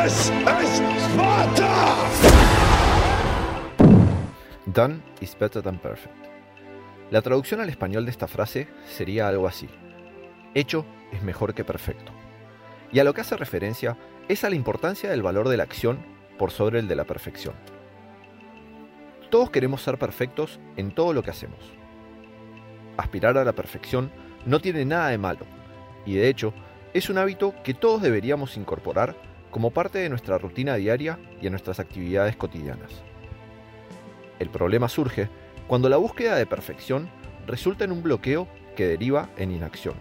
This is Sparta! Done is better than perfect. La traducción al español de esta frase sería algo así: hecho es mejor que perfecto. Y a lo que hace referencia es a la importancia del valor de la acción por sobre el de la perfección. Todos queremos ser perfectos en todo lo que hacemos. Aspirar a la perfección no tiene nada de malo, y de hecho es un hábito que todos deberíamos incorporar como parte de nuestra rutina diaria y en nuestras actividades cotidianas. El problema surge cuando la búsqueda de perfección resulta en un bloqueo que deriva en inacción.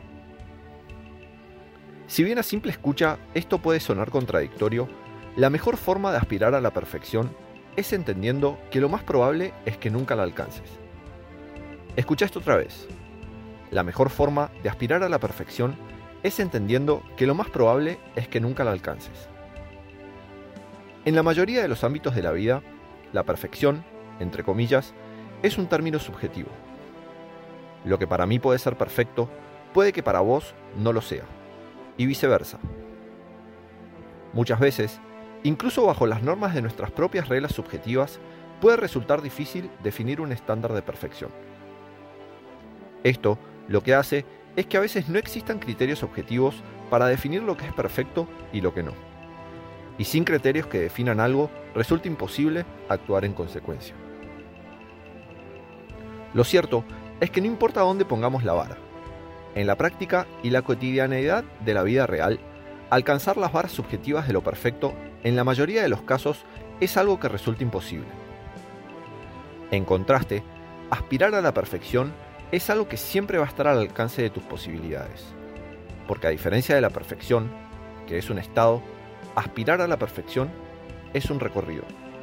Si bien a simple escucha esto puede sonar contradictorio, la mejor forma de aspirar a la perfección es entendiendo que lo más probable es que nunca la alcances. Escucha esto otra vez. La mejor forma de aspirar a la perfección es entendiendo que lo más probable es que nunca la alcances. En la mayoría de los ámbitos de la vida, la perfección, entre comillas, es un término subjetivo. Lo que para mí puede ser perfecto, puede que para vos no lo sea, y viceversa. Muchas veces, incluso bajo las normas de nuestras propias reglas subjetivas, puede resultar difícil definir un estándar de perfección. Esto lo que hace es que a veces no existan criterios objetivos para definir lo que es perfecto y lo que no. Y sin criterios que definan algo, resulta imposible actuar en consecuencia. Lo cierto es que no importa dónde pongamos la vara. En la práctica y la cotidianeidad de la vida real, alcanzar las varas subjetivas de lo perfecto, en la mayoría de los casos, es algo que resulta imposible. En contraste, aspirar a la perfección es algo que siempre va a estar al alcance de tus posibilidades. Porque a diferencia de la perfección, que es un estado, aspirar a la perfección es un recorrido.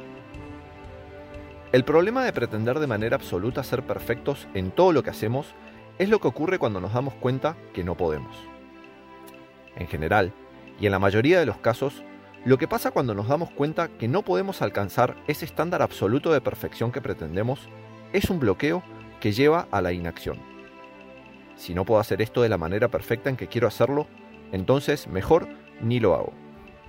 El problema de pretender de manera absoluta ser perfectos en todo lo que hacemos es lo que ocurre cuando nos damos cuenta que no podemos. En general, y en la mayoría de los casos, lo que pasa cuando nos damos cuenta que no podemos alcanzar ese estándar absoluto de perfección que pretendemos es un bloqueo que lleva a la inacción. Si no puedo hacer esto de la manera perfecta en que quiero hacerlo, entonces mejor ni lo hago.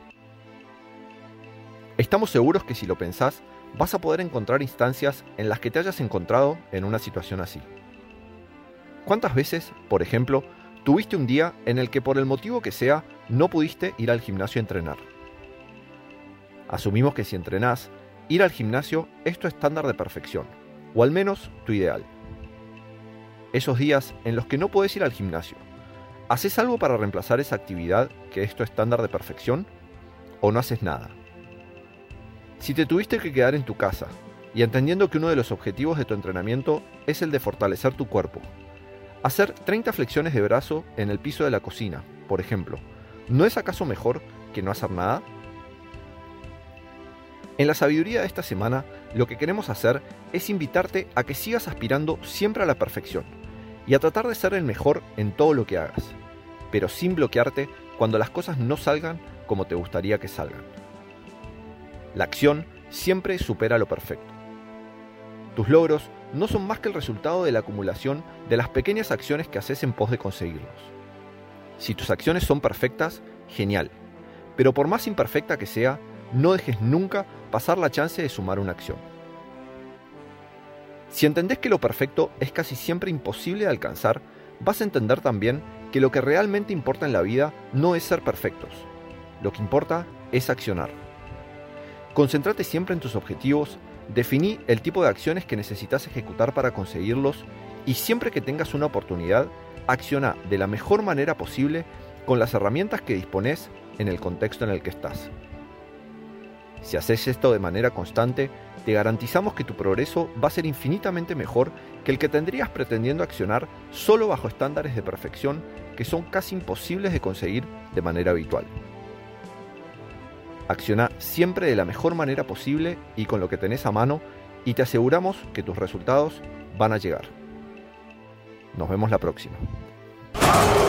Estamos seguros que si lo pensás, vas a poder encontrar instancias en las que te hayas encontrado en una situación así. ¿Cuántas veces, por ejemplo, tuviste un día en el que por el motivo que sea no pudiste ir al gimnasio a entrenar? Asumimos que si entrenás, ir al gimnasio es tu estándar de perfección, o al menos tu ideal. Esos días en los que no podés ir al gimnasio, ¿haces algo para reemplazar esa actividad que es tu estándar de perfección? ¿O no haces nada? Si te tuviste que quedar en tu casa, y entendiendo que uno de los objetivos de tu entrenamiento es el de fortalecer tu cuerpo, hacer 30 flexiones de brazo en el piso de la cocina, por ejemplo, ¿no es acaso mejor que no hacer nada? En la sabiduría de esta semana, lo que queremos hacer es invitarte a que sigas aspirando siempre a la perfección y a tratar de ser el mejor en todo lo que hagas, pero sin bloquearte cuando las cosas no salgan como te gustaría que salgan. La acción siempre supera lo perfecto. Tus logros no son más que el resultado de la acumulación de las pequeñas acciones que haces en pos de conseguirlos. Si tus acciones son perfectas, genial, pero por más imperfecta que sea, no dejes nunca pasar la chance de sumar una acción. Si entendés que lo perfecto es casi siempre imposible de alcanzar, vas a entender también que lo que realmente importa en la vida no es ser perfectos. Lo que importa es accionar. Concéntrate siempre en tus objetivos, definí el tipo de acciones que necesitas ejecutar para conseguirlos y siempre que tengas una oportunidad, acciona de la mejor manera posible con las herramientas que disponés en el contexto en el que estás. Si haces esto de manera constante, te garantizamos que tu progreso va a ser infinitamente mejor que el que tendrías pretendiendo accionar solo bajo estándares de perfección que son casi imposibles de conseguir de manera habitual. Acciona siempre de la mejor manera posible y con lo que tenés a mano y te aseguramos que tus resultados van a llegar. Nos vemos la próxima.